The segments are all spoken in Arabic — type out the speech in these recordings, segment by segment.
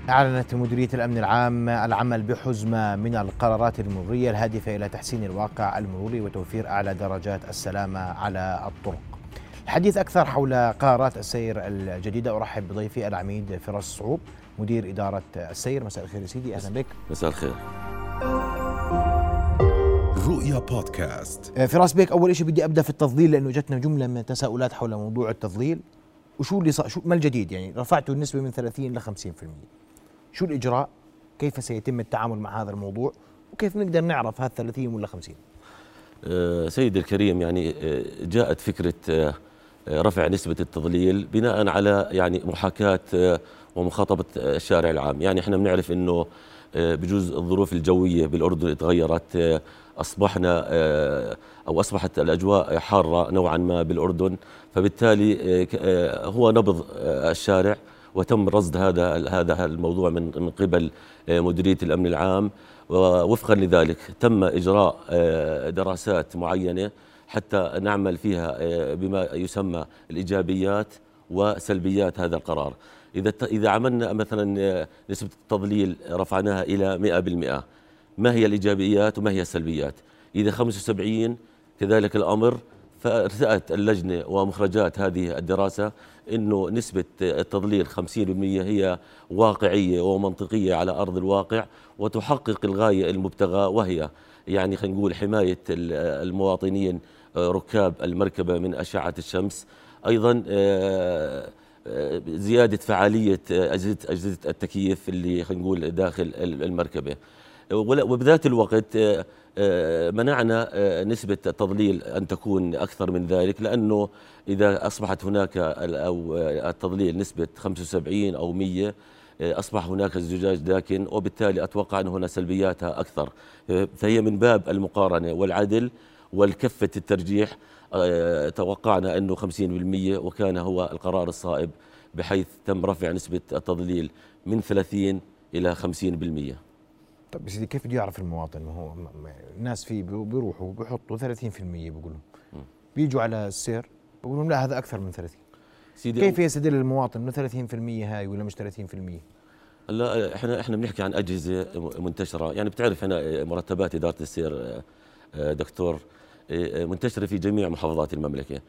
أعلنت مديرية الأمن العام العمل بحزمة من القرارات المرورية الهادفة إلى تحسين الواقع المروري وتوفير أعلى درجات السلامة على الطرق. الحديث أكثر حول قرارات السير الجديدة أرحب بضيفي العميد فراس صعوب مدير إدارة السير. مساء الخير يا سيدي، أهلا بك. مساء الخير. رؤيا بودكاست. فراس بيك، أول شيء بدي أبدأ في التفضيل لأنه جتنا جملة من التساؤلات حول موضوع التفضيل وشو اللي شو ما الجديد، يعني رفعتوا النسبة من 30 ل 50%. شو الإجراء؟ كيف سيتم التعامل مع هذا الموضوع؟ وكيف نقدر نعرف هذا 30 ولا 50؟ سيدي الكريم، يعني جاءت فكرة رفع نسبة التضليل بناء على يعني محاكاة ومخاطبة الشارع العام. يعني احنا بنعرف انه بجوز الظروف الجوية بالأردن تغيرت، أصبحنا أو أصبحت الأجواء حارة نوعا ما بالأردن، فبالتالي هو نبض الشارع وتم رصد هذا الموضوع من قبل مديرية الأمن العام، ووفقا لذلك تم إجراء دراسات معينة حتى نعمل فيها بما يسمى الإيجابيات وسلبيات هذا القرار. إذا عملنا مثلا نسبة التضليل رفعناها إلى 100%، ما هي الإيجابيات وما هي السلبيات؟ إذا 75 كذلك الأمر، فارتأت اللجنة ومخرجات هذه الدراسة إنه نسبة التضليل 50% هي واقعية ومنطقية على أرض الواقع وتحقق الغاية المبتغى، وهي يعني خلينا نقول حماية المواطنين ركاب المركبة من أشعة الشمس، أيضا زيادة فعالية أجهزة التكييف اللي خلينا نقول داخل المركبة، وبذات الوقت منعنا نسبة التضليل أن تكون أكثر من ذلك، لأنه إذا أصبحت هناك أو التضليل نسبة 75 أو 100 أصبح هناك الزجاج داكن، وبالتالي أتوقع أن هنا سلبياتها أكثر. فهي من باب المقارنة والعدل والكفة الترجيح توقعنا أنه 50%، وكان هو القرار الصائب بحيث تم رفع نسبة التضليل من 30 إلى 50%. طيب سيدي، كيف بده يعرف المواطن؟ ما هو الناس فيه بيروحوا بيحطوا 30% بيقولوا، بيجوا على السير بيقولوا لا هذا أكثر من 30. سيدي كيف يستدل المواطن إنه 30% هاي ولا مش 30%؟ لا، احنا بنحكي عن أجهزة منتشرة. يعني بتعرف هنا مرتبات إدارة السير دكتور منتشرة في جميع محافظات المملكة،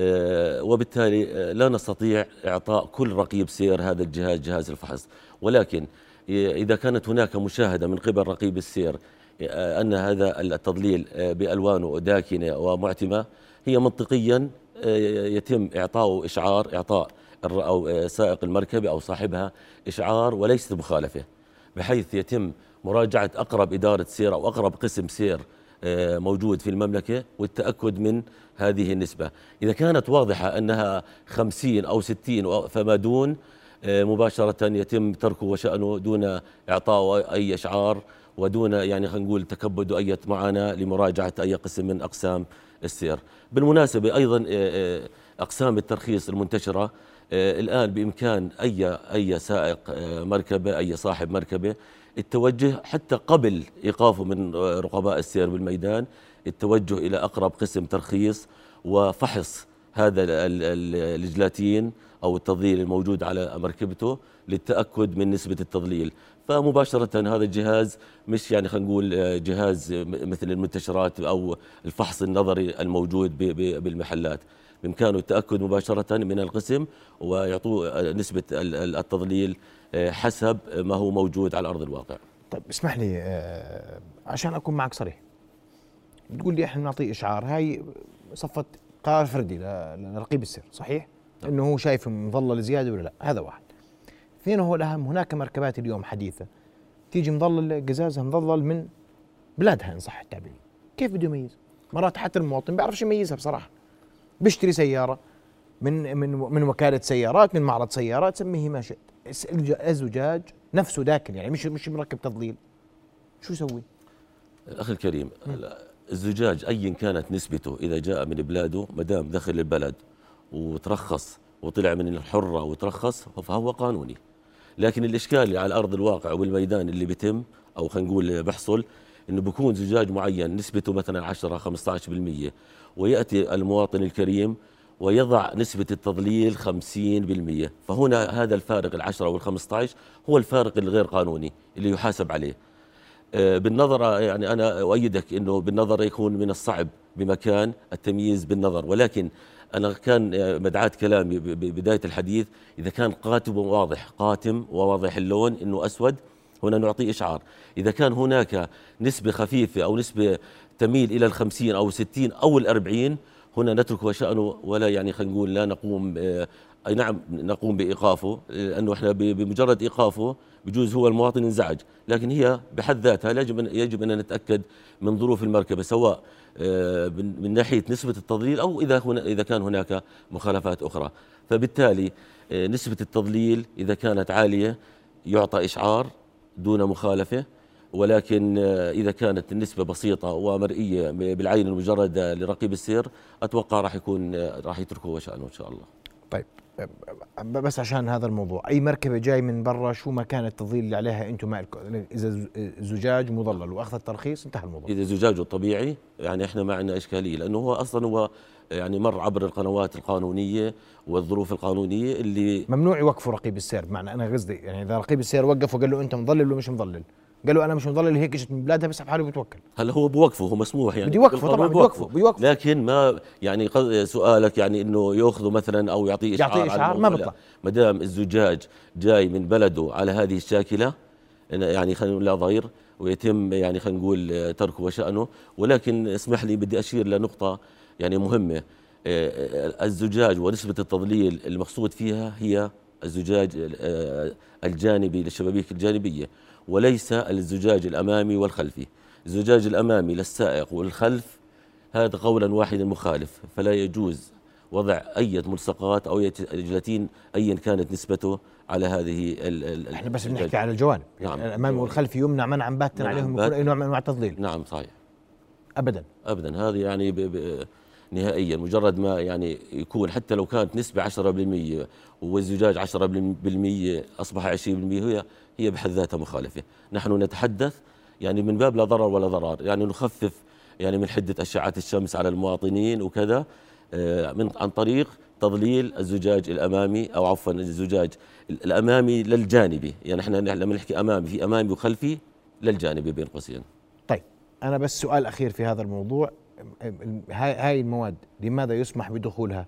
وبالتالي لا نستطيع إعطاء كل رقيب سير هذا الجهاز جهاز الفحص، ولكن إذا كانت هناك مشاهدة من قبل رقيب السير أن هذا التضليل بألوانه داكنة ومعتمة، هي منطقيا يتم إعطاء إشعار، إعطاء أو سائق المركبة أو صاحبها إشعار وليست مخالفة، بحيث يتم مراجعة أقرب إدارة سير أو أقرب قسم سير موجود في المملكة والتأكد من هذه النسبة. إذا كانت واضحة أنها 50 أو 60 فما دون، مباشرة يتم تركه وشأنه دون إعطاء أي إشعار ودون يعني خلينا نقول تكبد أي معاناة لمراجعة أي قسم من أقسام السير. بالمناسبة أيضا أقسام الترخيص المنتشرة الآن بإمكان أي سائق مركبة، أي صاحب مركبة، التوجه حتى قبل إيقافه من رقباء السير بالميدان، التوجه إلى أقرب قسم ترخيص وفحص هذا الجلاتين أو التضليل الموجود على مركبته للتأكد من نسبة التضليل. فمباشرة هذا الجهاز مش يعني خلينا نقول جهاز مثل المنتشرات أو الفحص النظري الموجود بالمحلات، بإمكانه التأكد مباشرة من القسم ويعطوه نسبة التضليل حسب ما هو موجود على أرض الواقع. طيب اسمح لي عشان أكون معك صريح، بتقول لي إحنا نعطيه إشعار، هاي صفت قرار فردي لرقيب السير، صحيح؟ إنه هو شايف مظلل زيادة ولا لا، هذا واحد. اثنين، هو الأهم، هناك مركبات اليوم حديثة تيجي مظلل قزازها مظلل من بلادها إن صح التعبير، كيف بده يميز؟ مرات حتى المواطن بيعرفش يميزها بصراحة، بيشتري سيارة من وكالة سيارات، من معرض سيارات، سميه ما شئت، الزجاج نفسه داكن، يعني مش مركب تضليل، شو يسوي؟ أخي الكريم، الزجاج أي كانت نسبته إذا جاء من بلاده ما دام دخل البلد وترخص وطلع من الحرة وترخص فهو قانوني. لكن الإشكال اللي على أرض الواقع والميدان اللي بيتم أو خلينا نقول بحصل إنه بيكون زجاج معين نسبته مثلا 10-15%، ويأتي المواطن الكريم ويضع نسبة التضليل 50%. فهنا هذا الفارق 10 وال15 هو الفارق الغير قانوني اللي يحاسب عليه. بالنظر يعني أنا أؤيدك أنه بالنظر يكون من الصعب بمكان التمييز بالنظر، ولكن أنا كان مدعاة كلامي ببداية الحديث إذا كان قاتم وواضح اللون أنه أسود هنا نعطيه إشعار. إذا كان هناك نسبة خفيفة أو نسبة تميل إلى 50 أو 60 أو 40 هنا نترك وشأنه، ولا يعني خلينا نقول لا نقوم أي نعم نقوم بإيقافه، لأنه إحنا بمجرد إيقافه بجوز هو المواطن انزعج، لكن هي بحد ذاتها يجب أن نتأكد من ظروف المركبة سواء من ناحية نسبة التضليل أو إذا كان هناك مخالفات أخرى. فبالتالي نسبة التضليل إذا كانت عالية يعطى إشعار دون مخالفة، ولكن إذا كانت النسبة بسيطة ومرئية بالعين المجردة لرقيب السير أتوقع راح يتركه وشأنه إن شاء الله. طيب بس عشان هذا الموضوع، أي مركبة جاي من برا شو ما كان التضليل اللي عليها أنتم إذا زجاج مضلل وأخذ الترخيص انتهى الموضوع. إذا زجاجه طبيعي يعني إحنا ما عندنا إشكالية، لأنه هو أصلا هو يعني مر عبر القنوات القانونية والظروف القانونية اللي ممنوع يوقفوا رقيب السير. بمعنى أنا قصدي يعني إذا رقيب السير وقف وقال له أنت مضلل ولا مش مضلل، قال له أنا مش مضلل هيك اجت من بلادها بيسحب حاله بيتوكل. هلا هو بوقفه، هو مسموح يعني بده يوقفه طبعا بيوقفه، لكن ما يعني سؤالك يعني انه ياخذه مثلا او يعطيه اشعار ما بيطلع. ما دام الزجاج جاي من بلده على هذه الشاكله يعني خلينا نقول لا ضير ويتم يعني خلينا نقول تركه وشأنه. ولكن اسمح لي بدي اشير لنقطه يعني مهمه، الزجاج ونسبه التضليل المقصود فيها هي الزجاج الجانبي للشبابيك الجانبيه، وليس الزجاج الأمامي والخلفي. الزجاج الأمامي للسائق والخلف هذا قولا واحدا مخالف، فلا يجوز وضع أي ملصقات أو جلاتين أيا كانت نسبته على هذه احنا بس بنحكي على الجوانب. نعم. الأمامي والخلفي يمنع منعا باتا عليهم يكون أي نوع من أنواع التضليل. نعم صحيح. أبدا هذه يعني نهائيا مجرد ما يعني يكون حتى لو كانت نسبة 10% والزجاج 10% أصبح 20% هي بحد ذاتها مخالفة. نحن نتحدث يعني من باب لا ضرر ولا ضرار، يعني نخفف يعني من حدة أشعة الشمس على المواطنين وكذا عن طريق تضليل الزجاج الأمامي أو عفوا الزجاج الأمامي للجانبي. يعني احنا لما نحكي أمامي في أمامي وخلفي للجانبي بين قوسين. طيب أنا بس سؤال أخير في هذا الموضوع، هاي المواد لماذا يسمح بدخولها؟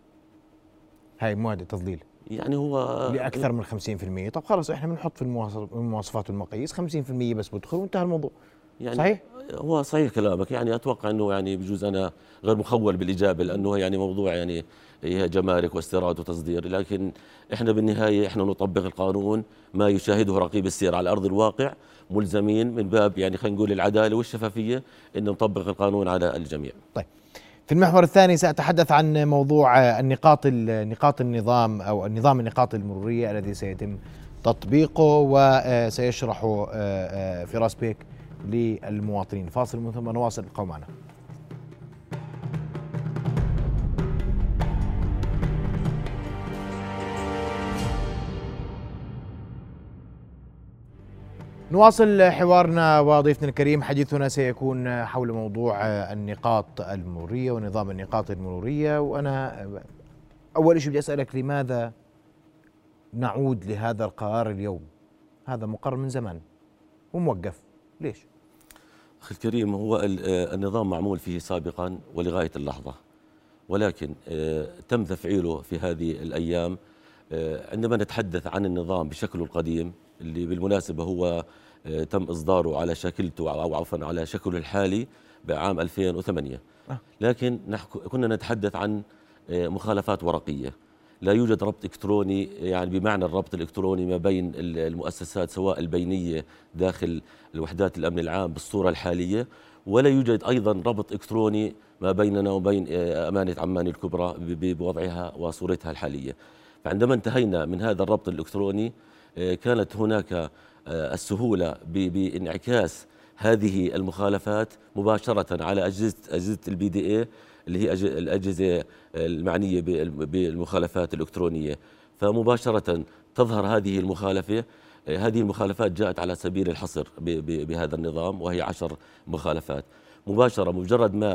هاي مواد التضليل يعني هو لأكثر من 50%. طب خلص احنا بنحط في المواصفات والمقاييس 50% بس بدخل وانتهى الموضوع. يعني صحيح؟ هو صحيح كلامك، يعني اتوقع انه يعني بجوز انا غير مخول بالاجابه لانه يعني موضوع يعني هي جمارك واستيراد وتصدير، لكن احنا بالنهايه احنا نطبق القانون ما يشاهده رقيب السير على ارض الواقع، ملزمين من باب يعني خلينا نقول العداله والشفافيه ان نطبق القانون على الجميع. طيب في المحور الثاني سأتحدث عن موضوع نقاط النظام أو النظام النقاط المرورية الذي سيتم تطبيقه وسيشرحه فراس بيك للمواطنين. فاصل من ثم نواصل، ابقوا معنا. نواصل حوارنا وضيفنا الكريم. حديثنا سيكون حول موضوع النقاط المرورية ونظام النقاط المرورية. وأنا أول شيء بدي أسألك لماذا نعود لهذا القرار اليوم؟ هذا مقرر من زمان وموقف، ليش؟ أخي الكريم، هو النظام معمول فيه سابقا ولغاية اللحظة، ولكن تم تفعيله في هذه الأيام. عندما نتحدث عن النظام بشكله القديم اللي بالمناسبة هو تم إصداره على شكلته أو عفوا على شكله الحالي بعام 2008، لكن كنا نتحدث عن مخالفات ورقية. لا يوجد ربط إلكتروني، يعني بمعنى الربط الإلكتروني ما بين المؤسسات سواء البينية داخل الوحدات الأمن العام بالصورة الحالية، ولا يوجد أيضا ربط إلكتروني ما بيننا وبين أمانة عمان الكبرى بوضعها وصورتها الحالية. فعندما انتهينا من هذا الربط الإلكتروني كانت هناك السهولة بانعكاس هذه المخالفات مباشرة على أجهزة الBDA اللي هي الأجهزة المعنية بالمخالفات الإلكترونية، فمباشرة تظهر هذه المخالفة. هذه المخالفات جاءت على سبيل الحصر بهذا النظام، وهي 10 مخالفات مباشرة. مجرد ما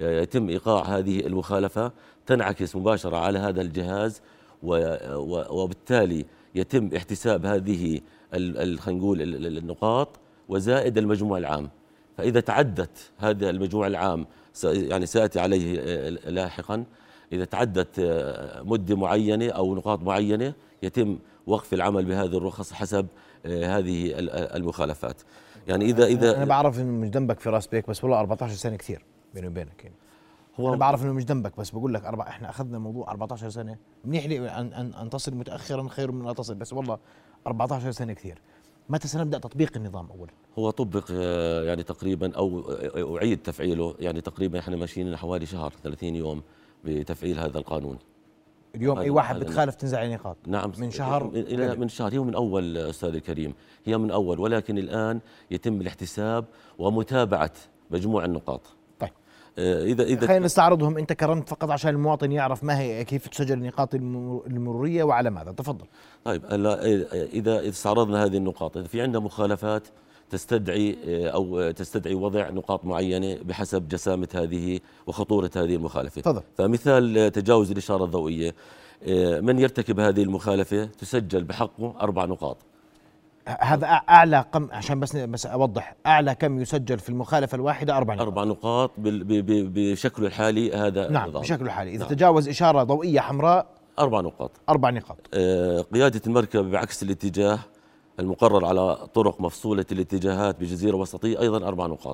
يتم إيقاع هذه المخالفة تنعكس مباشرة على هذا الجهاز، وبالتالي يتم احتساب هذه خلينا نقول النقاط وزائد المجموع العام. فإذا تعدت هذا المجموع العام يعني سأتي عليه لاحقا، إذا تعدت مدة معينة أو نقاط معينة يتم وقف العمل بهذه الرخص حسب هذه المخالفات. يعني إذا أنا بعرف إنه مش ذنبك في راس بيك، بس والله 14 سنة كثير بيني وبينك يعني. أنا بعرف إنه مش ذنبك، بس بقول لك إحنا أخذنا موضوع 14 سنة. منيح لي أن تصل متأخرا خير من أن تصل، بس والله 14 سنة كثير. متى سنبدأ تطبيق النظام أولا؟ هو طبق يعني تقريبا أو أعيد تفعيله، يعني تقريبا احنا ماشيين حوالي شهر 30 يوم بتفعيل هذا القانون. اليوم أي واحد بتخالف تنزع عليه نقاط. نعم، من شهر من شهر. هي من أول أستاذ الكريم، هي من أول، ولكن الآن يتم الاحتساب ومتابعة مجموع النقاط. طيب إذا خلينا نستعرضهم. أنت كرمت فقط عشان المواطن يعرف ما هي كيف تسجل النقاط المرورية وعلى ماذا. تفضل. طيب إذا استعرضنا هذه النقاط، إذا في عندنا مخالفات تستدعي وضع نقاط معينة بحسب جسامة هذه وخطورة هذه المخالفة. تفضل. فمثال تجاوز الإشارة الضوئية، من يرتكب هذه المخالفة تسجل بحقه 4 نقاط. هذا أعلى عشان بس أوضح، أعلى كم يسجل في المخالفة الواحدة 4 نقاط. 4 نقاط بشكله الحالي هذا. نعم النظام. بشكله الحالي. إذا نعم. تجاوز إشارة ضوئية حمراء 4 نقاط. 4 نقاط. قيادة المركبة بعكس الاتجاه المقرر على طرق مفصولة الاتجاهات بجزيرة وسطية أيضا 4 نقاط.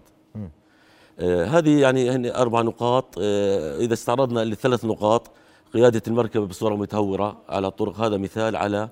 هذه يعني هن 4 نقاط. إذا استعرضنا ال3 نقاط، قيادة المركبة بصورة متهورة على الطرق، هذا مثال على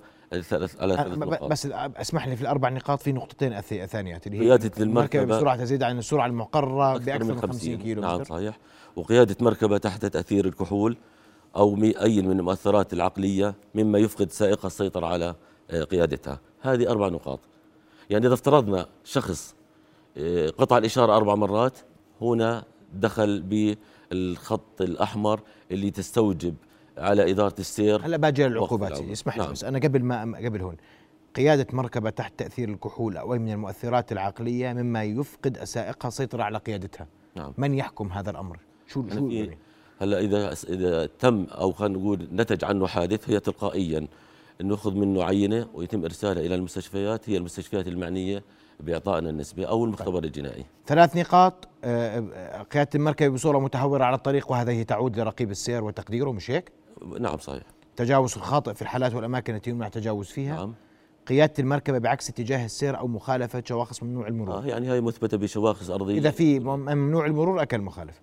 3 نقاط. بس اسمح لي، في ال4 نقاط في نقطتين ثانيات اللي هي قيادة المركبة بسرعة تزيد عن السرعة المقررة أكثر بأكثر من 50 كيلو نعم متر. صحيح. وقيادة مركبة تحت تأثير الكحول أو أي من المؤثرات العقلية مما يفقد سائق السيطرة على قيادتها. هذه 4 نقاط. يعني إذا افترضنا شخص قطع الإشارة 4 مرات، هنا دخل بالخط الأحمر اللي تستوجب على إدارة السير. هلا باجي للعقوبات. اسمح لي. نعم. بس أنا قبل هون، قيادة مركبة تحت تأثير الكحول أو أي من المؤثرات العقلية مما يفقد سائقها السيطرة على قيادتها. نعم. من يحكم هذا الأمر؟ شو يعني؟ هلا إذا تم أو خلينا نقول نتج عنه حادث، هي تلقائيا نأخذ منه عينة ويتم إرسالها إلى المستشفيات، هي المستشفيات المعنية بإعطائنا النسبة أو المختبر الجنائي. 3 نقاط. قيادة المركبة بصورة متهورة على الطريق، وهذه تعود لرقيب السير وتقديره، مش هيك؟ نعم صحيح. تجاوز الخاطئ في الحالات والأماكن التي يمنع التجاوز فيها. نعم. قيادة المركبة بعكس اتجاه السير أو مخالفة شواخص ممنوع المرور. يعني هاي مثبتة بشواخص أرضية. إذا في ممنوع المرور أكل مخالفة.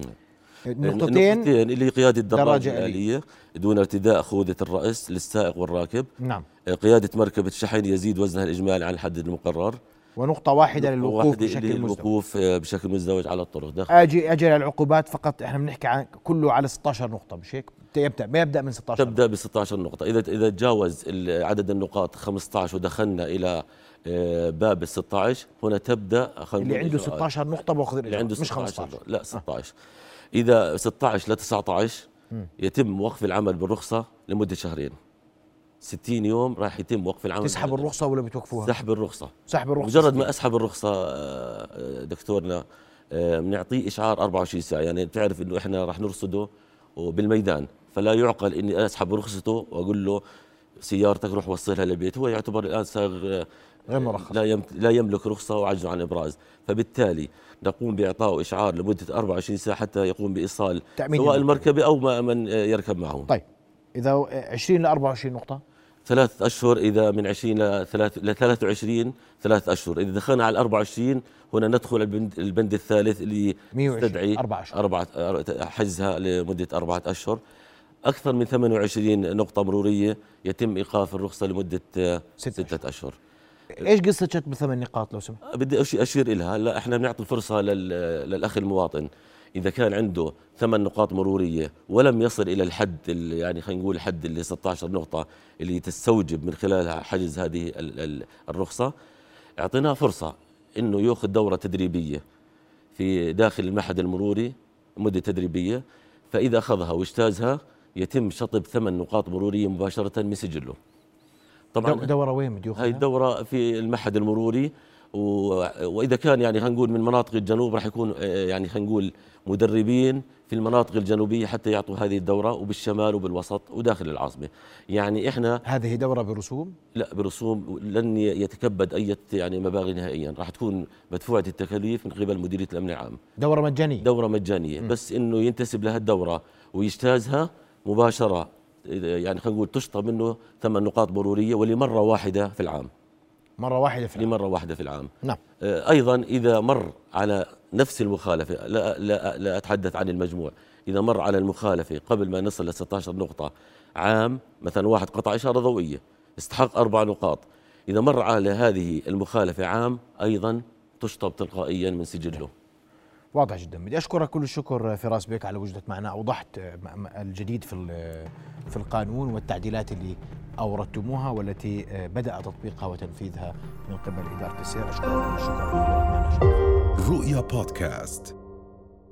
النقطتين اللي قيادة دراجة آلية دون ارتداء خوذة الرأس للسائق والراكب. نعم. قيادة مركبة شحن يزيد وزنها الإجمالي عن الحد المقرر. ونقطة واحدة للوقوف بشكل مزدوج. الوقوف بشكل مزدوج على الطرق. أجي للعقوبات فقط. احنا بنحكي عن كله على 16 نقطة، مش هيك؟ ما يبدأ من 16. تبدأ ب 16 نقطة. إذا تجاوز عدد النقاط 15 ودخلنا إلى باب ال 16، هنا تبدأ اللي عنده 16 نقطة باخذ اللي عنده مش 15. لا 16. إذا 16 ل 19 يتم وقف العمل بالرخصة لمدة 2 شهر. 60 يوم راح يتم وقف العمل. تسحب الرخصة ولا بتوقفوها؟ سحب الرخصة. مجرد ما أسحب الرخصة دكتورنا بنعطيه إشعار 24 ساعة. يعني بتعرف إنه إحنا راح نرصده وبالميدان، فلا يعقل إني أسحب رخصته وأقول له سيارتك روح وصلها للبيت. هو يعتبر الآن سائق غير مرخص، لا يملك رخصة وعجز عن إبراز، فبالتالي نقوم بإعطائه إشعار لمدة 24 ساعة حتى يقوم بإيصال سواء المركبة أو من يركب معه. طيب إذا 20 ل 24 نقطة 3 أشهر. إذا من 20 ل 23 3 أشهر. إذا دخلنا على 24 هنا ندخل البند الثالث اللي يستدعي 4 حجزها لمدة 4 أشهر. أكثر من 28 نقطة مرورية يتم إيقاف الرخصة لمدة 6 أشهر. ايش قصة شتم 8 نقاط لو سمحت؟ بدي اشير لها. هلا احنا بنعطي فرصه للاخ المواطن، اذا كان عنده 8 نقاط مروريه ولم يصل الى الحد اللي يعني خلينا نقول الحد اللي 16 نقطه اللي تستوجب من خلالها حجز هذه الرخصه، اعطيناه فرصه انه ياخذ دوره تدريبيه في داخل المعهد المروري، مده تدريبيه، فاذا اخذها واجتازها يتم شطب 8 نقاط مروريه مباشره من سجله. طبعا دورة وين بده ياخذها؟ هاي الدورة في المعهد المروري، وإذا كان يعني خلينا نقول من مناطق الجنوب راح يكون يعني خلينا نقول مدربين في المناطق الجنوبية حتى يعطوا هذه الدورة، وبالشمال وبالوسط وداخل العاصمة. يعني إحنا هذه دورة برسوم؟ لا، برسوم، لن يتكبد أي يعني مبالغ نهائيا، راح تكون مدفوعة التكاليف من قبل مديرية الأمن العام. دورة مجانية؟ دورة مجانية. بس إنه ينتسب لها الدورة ويجتازها مباشرة، يعني خلينا نقول تشطب منه 8 نقاط مرورية ولمرة واحدة في العام. مرة واحدة في العام؟ لمرة واحدة في العام. نعم. أيضا إذا مر على نفس المخالفة، لا أتحدث عن المجموع، إذا مر على المخالفة قبل ما نصل ل 16 نقطة عام، مثلا واحد قطع إشارة ضوئية استحق 4 نقاط، إذا مر على هذه المخالفة عام أيضا تشطب تلقائيا من سجله. واضح جدا. بدي أشكرك كل الشكر فراس بيك على وجودك معنا، أوضحت الجديد في القانون والتعديلات اللي أوردتموها والتي بدأ تطبيقها وتنفيذها من قبل إدارة السير. أشكرك كل الشكر. رؤيا بودكاست.